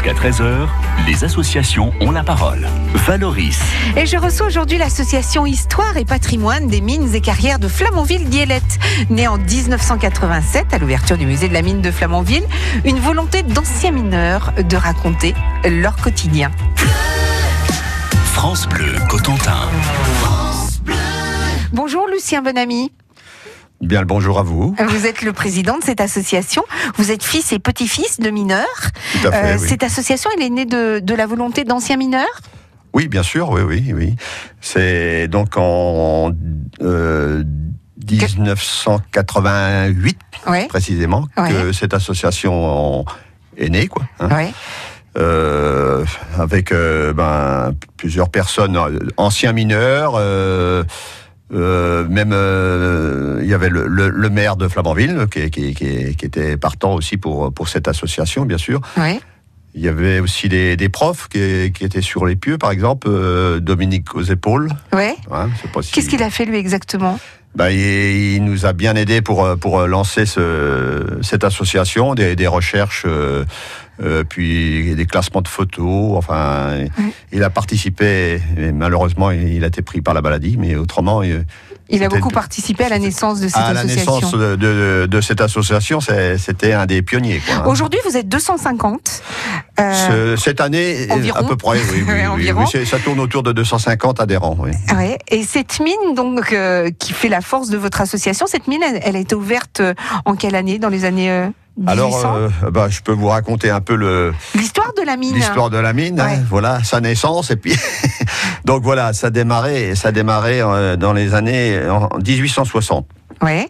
Jusqu'à 13h, les associations ont la parole. Valoris. Et je reçois aujourd'hui l'association Histoire et Patrimoine des mines et carrières de Flamanville-Diélette. Née en 1987 à l'ouverture du musée de la mine de Flamanville, une volonté d'anciens mineurs de raconter leur quotidien. France Bleu Cotentin. Bonjour Lucien Bonamy. Bien le bonjour à vous. Vous êtes le président de cette association. Vous êtes fils et petit-fils de mineurs. Tout à fait, oui. Cette association, elle est née de la volonté d'anciens mineurs ? Oui, bien sûr, oui. C'est donc en 1988, précisément, que cette association est née, quoi. Oui. Avec plusieurs personnes, anciens mineurs. Il y avait le maire de Flamanville qui était partant aussi pour cette association, bien sûr. Oui. Il y avait aussi des profs qui étaient sur les pieux, par exemple, Dominique aux épaules. Oui. Ouais, Qu'est-ce qu'il a fait lui exactement ? Il nous a bien aidé pour lancer cette association, des recherches, puis des classements de photos. Enfin, il a participé. Et malheureusement, il a été pris par la maladie, mais autrement, il a beaucoup participé à la naissance de cette association. À la naissance de cette association, c'était un des pionniers, quoi. Aujourd'hui, vous êtes 250. Cette année, environ. À peu près, oui. Ça tourne autour de 250 adhérents. Oui. Ouais. Et cette mine, donc, qui fait la force de votre association, cette mine, elle a été ouverte en quelle année ? Dans les années 1800 ? Alors, je peux vous raconter un peu l'histoire de la mine. L'histoire de la mine, ouais. Voilà, sa naissance, et puis donc voilà, ça démarrait dans les années 1860. Ouais.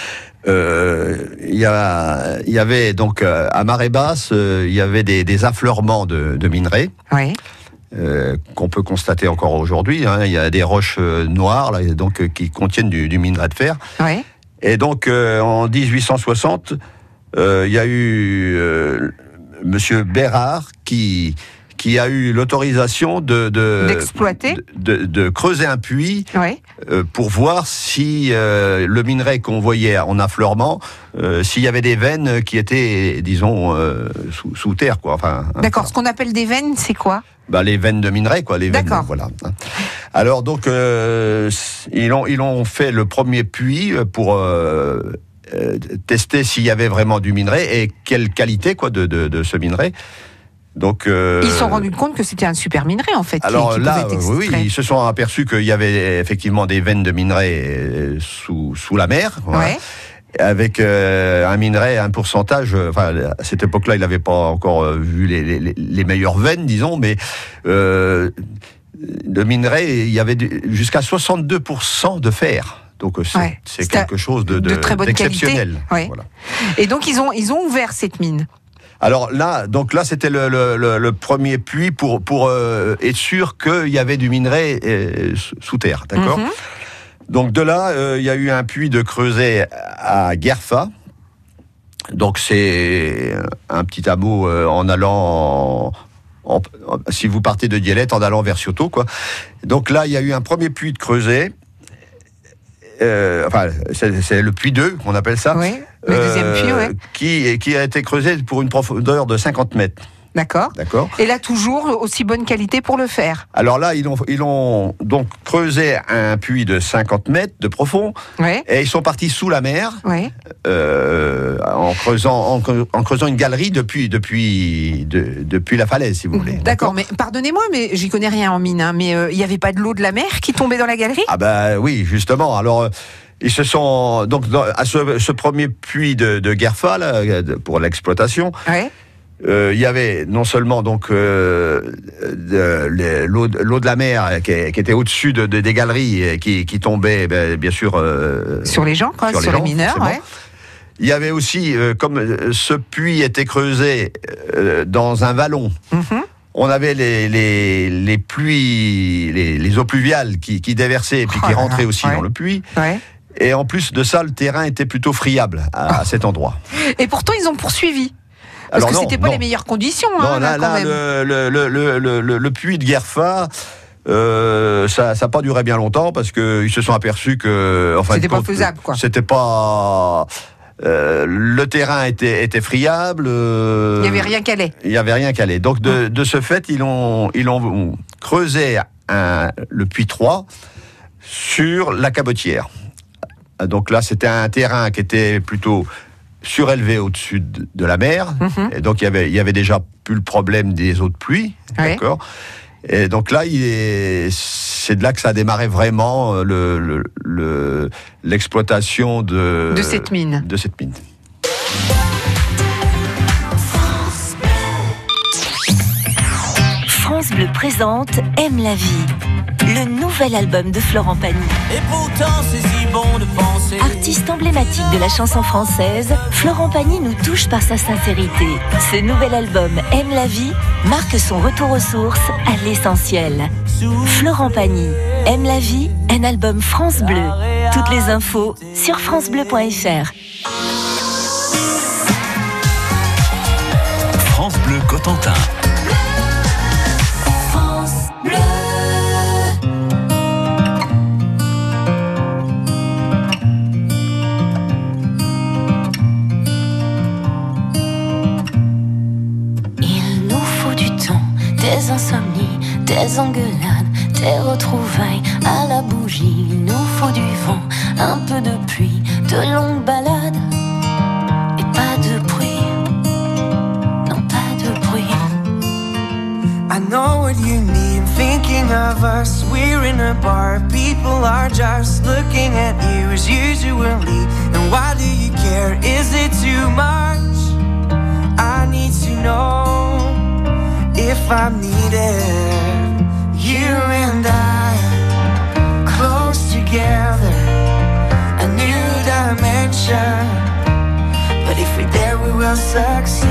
Il y avait donc à marée basse, il y avait des affleurements de minerais. Ouais. Qu'on peut constater encore aujourd'hui. Il y a des roches noires là, donc, qui contiennent du minerai de fer. Ouais. Et donc en 1860, il y a eu Monsieur Bérard qui a eu l'autorisation d'exploiter, de creuser un puits, ouais. Pour voir si le minerai qu'on voyait en affleurement, s'il y avait des veines qui étaient, disons, sous terre, quoi. Enfin, d'accord. Ce qu'on appelle des veines, c'est quoi ? Les veines de minerai, quoi. Les veines, voilà. Alors donc, ils ont fait le premier puits pour tester s'il y avait vraiment du minerai et quelle qualité, quoi, de ce minerai. Donc, ils se sont rendus compte que c'était un super minerai, en fait. Alors là, oui, ils se sont aperçus qu'il y avait effectivement des veines de minerai sous la mer, ouais. Avec un minerai, un pourcentage. Enfin, à cette époque-là, il n'avait pas encore vu les meilleures veines, disons, mais le minerai, il y avait jusqu'à 62% de fer. Donc c'est quelque chose de très bonne d'exceptionnel. Ouais. Voilà. Et donc ils ont ouvert cette mine. Alors là, c'était le premier puits pour être sûr qu'il y avait du minerai sous terre, d'accord. Donc de là, il y a eu un puits de creuset à Guerfa. Donc c'est un petit hameau en allant, si vous partez de Diélette, en allant vers Cioto, quoi. Donc là, il y a eu un premier puits de creuset. C'est le puits 2 qu'on appelle ça. Oui, le deuxième puits, qui a été creusé pour une profondeur de 50 mètres. D'accord. Et là, toujours aussi bonne qualité pour le faire. Alors là, ils ont donc creusé un puits de 50 mètres de profond, et ils sont partis sous la mer, en creusant une galerie depuis la falaise, si vous voulez. D'accord, mais pardonnez-moi, mais j'y connais rien en mine, mais il n'y avait pas de l'eau de la mer qui tombait dans la galerie ? Ah oui, justement. Alors, ils se sont donc à ce premier puits de Guerfa là, pour l'exploitation. Ouais. Il y avait non seulement donc l'eau de la mer qui était au-dessus des galeries et qui tombait bien sûr sur les gens, quoi, sur les mineurs. Ouais. Il y avait aussi, comme ce puits était creusé dans un vallon, on avait les pluies, les eaux pluviales qui déversaient et puis qui rentraient aussi dans le puits. Ouais. Et en plus de ça, le terrain était plutôt friable à cet endroit. Et pourtant, ils ont poursuivi. Parce que c'était pas les meilleures conditions. Non, là, le puits de Guerfa, ça n'a pas duré bien longtemps parce qu'ils se sont aperçus que, c'était pas faisable, quoi. C'était pas. Le terrain était friable. Il n'y avait rien qu'à aller. Il n'y avait rien qu'à aller. Donc de ce fait, ils ont creusé le puits 3 sur la Cabotière. Donc là, c'était un terrain qui était plutôt surélevé au-dessus de la mer. Et donc il y avait déjà plus le problème des eaux de pluie. Ouais. D'accord. Et donc là, c'est de là que ça a démarré vraiment l'exploitation de cette mine. De cette mine. France Bleu présente Aime la vie, le nouvel album de Florent Pagny. Et pourtant c'est si bon de penser. Artiste emblématique de la chanson française, Florent Pagny nous touche par sa sincérité. Ce nouvel album Aime la vie marque son retour aux sources, à l'essentiel. Florent Pagny, Aime la vie, un album France Bleu. Toutes les infos sur francebleu.fr. France Bleu Cotentin. Des insomnies, des engueulades, des retrouvailles à la bougie. Il nous faut du vent, un peu de pluie, de longues balades et pas de bruit. Non, pas de bruit. I know what you need, thinking of us. We're in a bar, people are just looking at you as usually. And why do you care? Is it too much? I need to know if I'm needed. You and I, close together, a new dimension. But if we're there, we will succeed.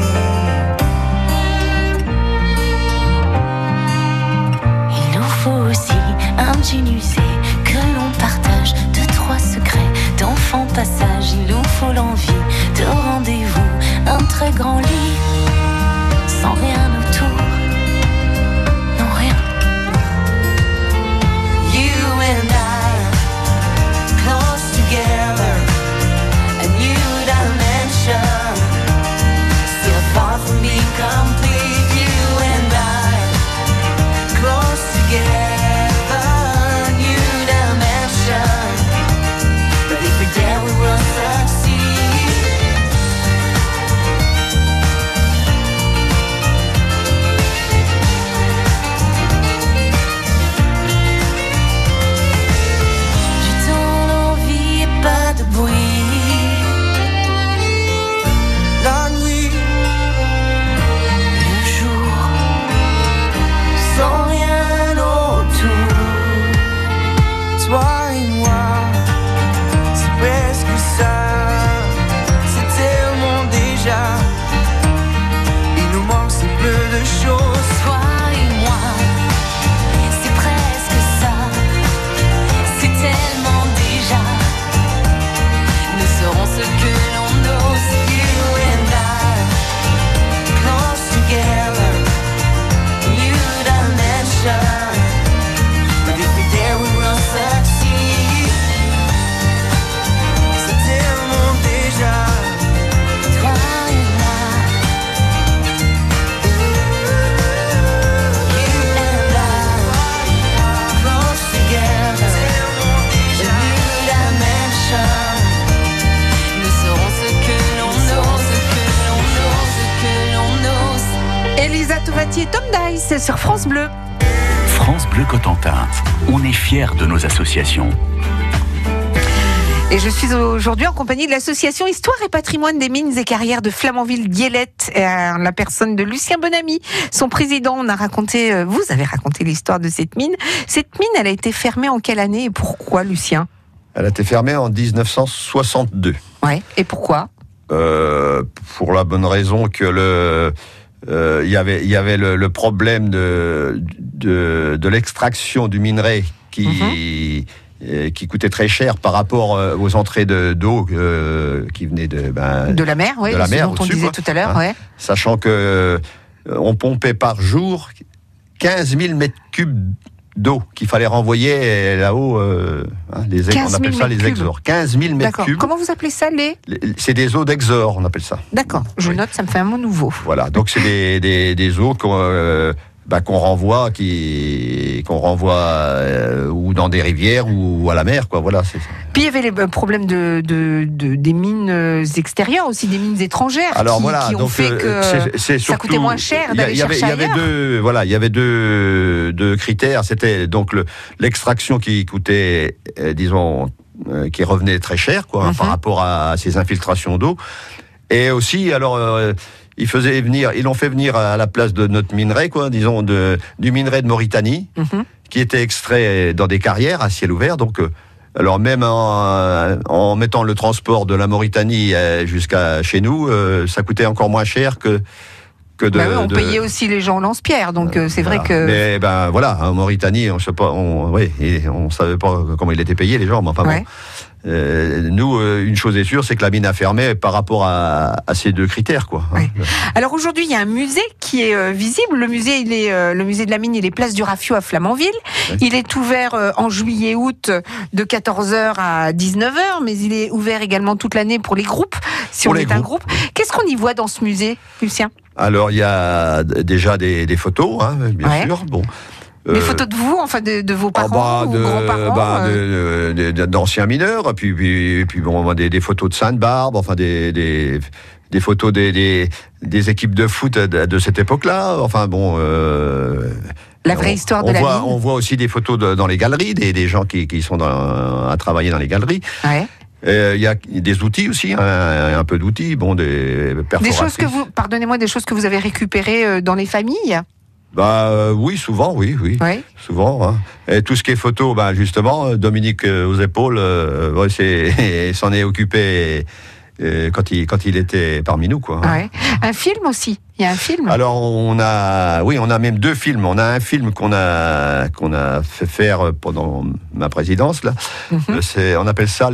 Il nous faut aussi un jean usé que l'on partage, 2-3 secrets d'enfant passage. Il nous faut l'envie de rendez-vous, un très grand lit sans rien autour, non rien. You and I, close together, a new dimension. Still far from being complete. You and I, close together, new dimension. But if we're there, we will succeed. La nuit, Le jour, sans rien autour. Toi et moi, c'est presque ça. C'est tellement déjà. Il nous manque si peu de choses. toi et moi, c'est presque ça. C'est tellement déjà. Nous serons ce que l'on ose. You and I, close together, new dimension. But if we're there, we will succeed. C'est tellement déjà. Toi et moi, You and I, close together, a new dimension. nous serons ce que l'on ose, ce que l'on ose, ce que l'on ose. Elisa Touvati et Tom Dice sur France Bleu. France Bleu Cotentin. On est fiers de nos associations. Et je suis aujourd'hui en compagnie de l'association Histoire et Patrimoine des Mines et Carrières de Flamanville-Diélette, la personne de Lucien Bonamy, son président. Vous avez raconté l'histoire de cette mine. Cette mine, elle a été fermée en quelle année et pourquoi, Lucien ? Elle a été fermée en 1962. Ouais. Et pourquoi ? Pour la bonne raison que il y avait le problème de l'extraction du minerai qui coûtait très cher par rapport aux entrées d'eau qui venaient de la mer, oui, de la mer, dont on disait tout à l'heure, ouais. Sachant que on pompait par jour 15 000 mètres cubes d'eau qu'il fallait renvoyer là-haut. On appelle ça les exors. 15 000 mètres cubes. Comment vous appelez ça C'est des eaux d'exor, on appelle ça. D'accord, je note, ça me fait un mot nouveau. Voilà, donc c'est des eaux qu'on renvoie, ou dans des rivières ou à la mer, quoi. Voilà. Puis il y avait les problèmes des mines extérieures aussi, des mines étrangères. Alors qui ont fait que ça coûtait moins cher d'aller chercher ailleurs. Il y avait deux critères. C'était donc l'extraction qui coûtait, qui revenait très cher, quoi, par rapport à ces infiltrations d'eau. Et aussi, alors. Ils l'ont fait venir à la place de notre minerai, quoi, disons, du minerai de Mauritanie, qui était extrait dans des carrières à ciel ouvert. Donc, alors même en mettant le transport de la Mauritanie jusqu'à chez nous, ça coûtait encore moins cher que on payait aussi les gens au lance-pierre, donc c'est vrai que. Mais voilà, en Mauritanie, on savait pas comment il était payé les gens, mais enfin bon. Nous, une chose est sûre, c'est que la mine a fermé par rapport à ces deux critères, quoi. Oui. Alors aujourd'hui, il y a un musée qui est visible. Le musée, le musée de la mine, il est place du Rafio à Flamanville. Oui. Il est ouvert en juillet-août de 14h à 19h, mais il est ouvert également toute l'année pour les groupes, si on est un groupe. Qu'est-ce qu'on y voit dans ce musée, Lucien ? Alors, il y a déjà des photos, bien sûr. Bon. Des photos de vous, enfin de vos parents ou grands-parents d'anciens mineurs, puis bon, des photos de Sainte-Barbe, enfin des photos des équipes de foot de cette époque-là. Enfin bon. La vraie histoire de la mine. On voit aussi des photos dans les galeries, des gens qui sont à travailler dans les galeries. Ouais. Il y a des outils aussi, un peu d'outils, bon, des perforatrices. Pardonnez-moi, des choses que vous avez récupérées dans les familles ? Oui, souvent, oui. Souvent. Hein. Et tout ce qui est photo, justement, Dominique aux épaules, s'en est occupé quand il était parmi nous, quoi. Ouais. Un film aussi. Il y a un film. Alors on a même deux films. On a un film qu'on a fait faire pendant ma présidence là. On appelle ça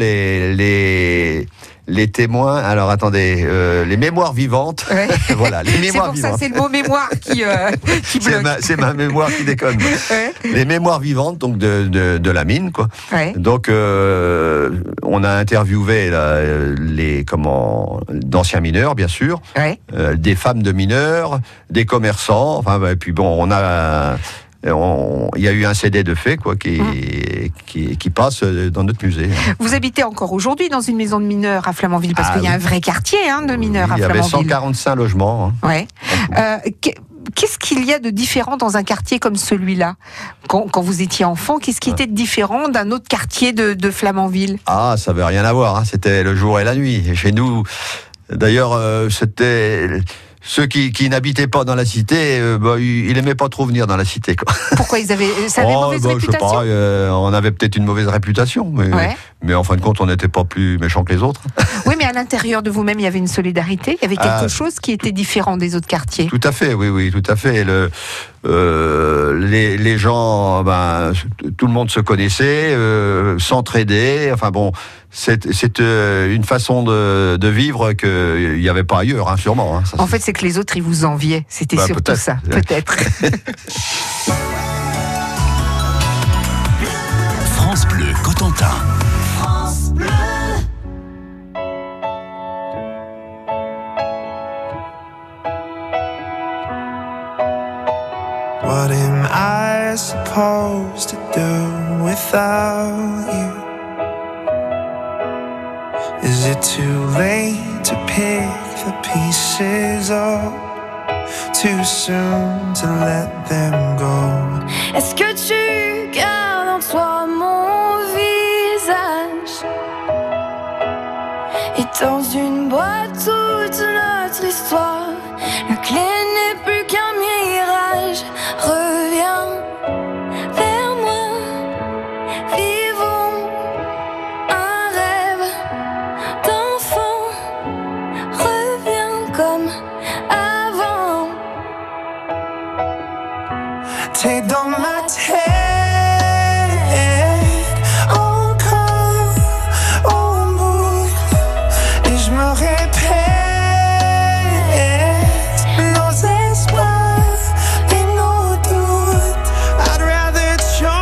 les témoins. Alors attendez, les mémoires vivantes. Ouais. Voilà, les mémoires vivantes. C'est pour ça, c'est le mot mémoire qui bloque. C'est ma mémoire qui déconne. Ouais. Les mémoires vivantes, donc de la mine, quoi. Ouais. Donc on a interviewé d'anciens mineurs, bien sûr, des femmes de mineurs, des commerçants. Enfin, et puis bon, il y a eu un CD de fait, quoi, qui passe dans notre musée. Vous habitez encore aujourd'hui dans une maison de mineurs à Flamanville, parce qu'il y a un vrai quartier de mineurs à Flamanville. Il y avait 145 logements. Ouais. Qu'est-ce qu'il y a de différent dans un quartier comme celui-là ? Quand vous étiez enfant, qu'est-ce qui était différent d'un autre quartier de Flamanville ? Ah, ça n'avait rien à voir. C'était le jour et la nuit. Et chez nous, d'ailleurs, c'était... Ceux qui n'habitaient pas dans la cité, ils n'aimaient pas trop venir dans la cité, quoi. Pourquoi ça avait mauvaise réputation ? Je sais pas, on avait peut-être une mauvaise réputation, mais en fin de compte, on n'était pas plus méchants que les autres. Oui, mais à l'intérieur de vous-même, il y avait une solidarité, il y avait quelque chose qui était différent des autres quartiers. Tout à fait, oui, tout à fait. Les gens, tout le monde se connaissait, s'entraidait, enfin bon... C'est une façon de vivre qu'il n'y avait pas ailleurs, sûrement. En fait, c'est que les autres, ils vous enviaient. C'était surtout ça, peut-être. France Bleu Cotentin. France Bleu. What am I supposed to do without you? Is it too late to pick the pieces up? Too soon to let them go? Est-ce que tu gardes en toi mon visage? Et dans une boîte toute notre histoire, la clé n'est plus qu'un mirage. Reviens vers moi, vivons un rêve d'enfant. Reviens comme avant. T'es dans ma tête. Nos espoirs et nos doutes. I'd rather try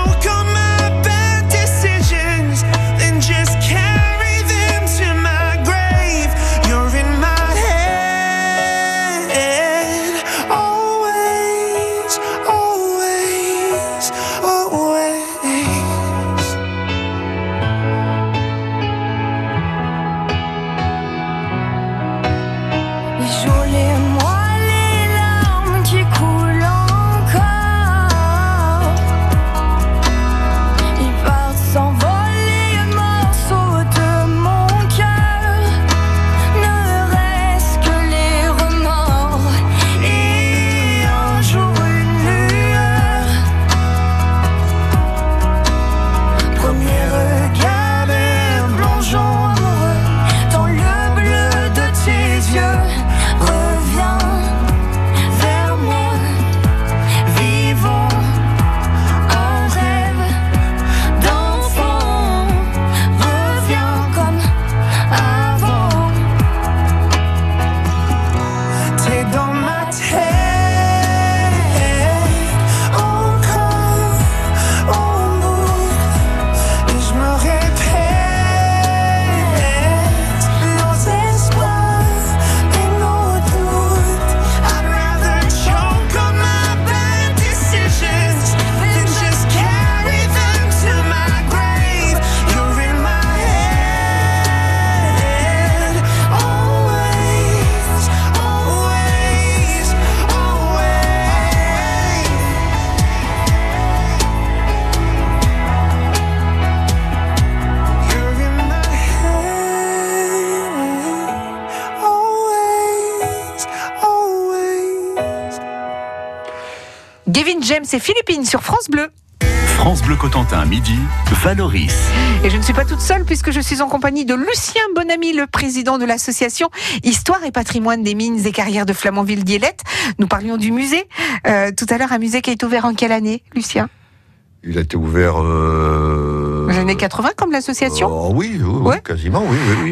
Gavin James et Philippines sur France Bleu. France Bleu Cotentin, midi, Valoris. Et je ne suis pas toute seule puisque je suis en compagnie de Lucien Bonamy, le président de l'association Histoire et Patrimoine des Mines et Carrières de Flamanville-Diélette. Nous parlions du musée. Tout à l'heure, un musée qui a été ouvert en quelle année, Lucien ? Il a été ouvert... Les années 80 comme l'association ? Oui, Ouais. quasiment, oui.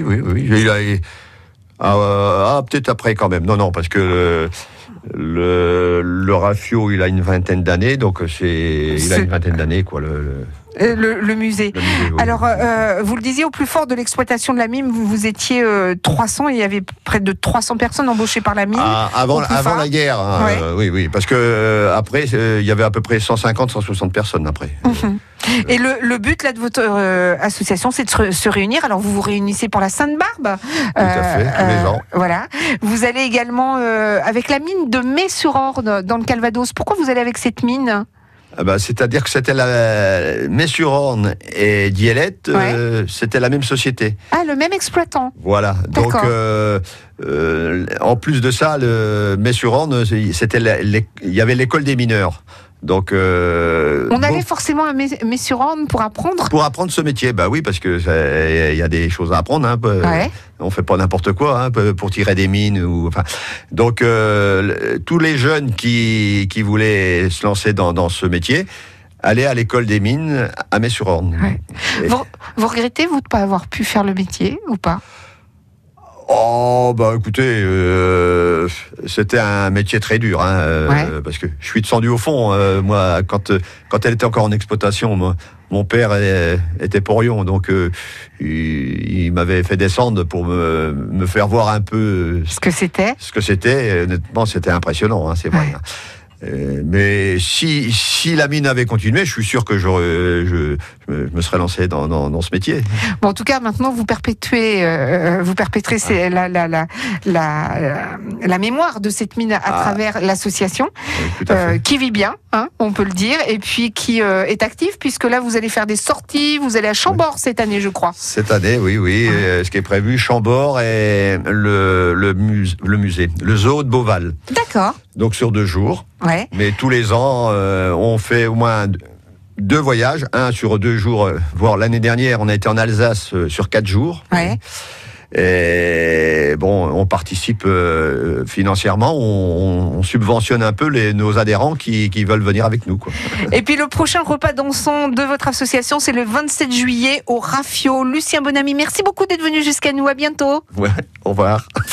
Peut-être après quand même. Non, parce que le Rafio, il a une vingtaine d'années, donc il a une vingtaine d'années, quoi. Le musée. Le musée, oui. Alors, vous le disiez, au plus fort de l'exploitation de la mine, vous étiez 300, il y avait près de 300 personnes embauchées par la mine. Avant la guerre, hein, Ouais. oui, parce que après, il y avait à peu près 150-160 personnes après. Et le but là de votre association, c'est de se réunir. Alors, vous vous réunissez pour la Sainte-Barbe. Tout à fait, tous les ans. Voilà. Vous allez également avec la mine de Mets-sur-Orne, dans le Calvados. Pourquoi vous allez avec cette mine ? C'est-à-dire que c'était Mets-sur-Orne et Diélette, c'était la même société. Ah, le même exploitant. Voilà. Donc, en plus de ça, le Mets-sur-Orne, il y avait l'école des mineurs. Donc, on allait forcément à Mets-sur-Orne pour apprendre. Pour apprendre ce métier, oui, parce que il y a des choses à apprendre. Hein, on fait pas n'importe quoi pour tirer des mines Donc, tous les jeunes qui voulaient se lancer dans ce métier allaient à l'école des mines à Mets-sur-Orne. Ouais. Vous regrettez, vous, de pas avoir pu faire le métier ou pas ? Écoutez, c'était un métier très dur, parce que je suis descendu au fond. Moi, quand elle était encore en exploitation, mon père était porion, donc il m'avait fait descendre pour me faire voir un peu ce que c'était. Honnêtement, c'était impressionnant, c'est vrai. Mais si la mine avait continué, je suis sûr que je me serais lancé dans ce métier. Bon, en tout cas, maintenant, vous perpétrez la mémoire de cette mine à travers l'association, qui vit bien, on peut le dire, et puis qui est active, puisque là, vous allez faire des sorties, vous allez à Chambord cette année, je crois. Cette année, oui. Ce qui est prévu, Chambord et le musée, le zoo de Beauval. D'accord. Donc sur 2 jours. Ouais. Mais tous les ans, on fait au moins 2 voyages, un sur 2 jours. Voire l'année dernière, on a été en Alsace sur 4 jours. Ouais. Et on participe financièrement, on subventionne un peu nos adhérents qui veulent venir avec nous, quoi. Et puis le prochain repas dansant de votre association, c'est le 27 juillet au Rafio. Lucien Bonamy, merci beaucoup d'être venu jusqu'à nous. À bientôt. Ouais, au revoir.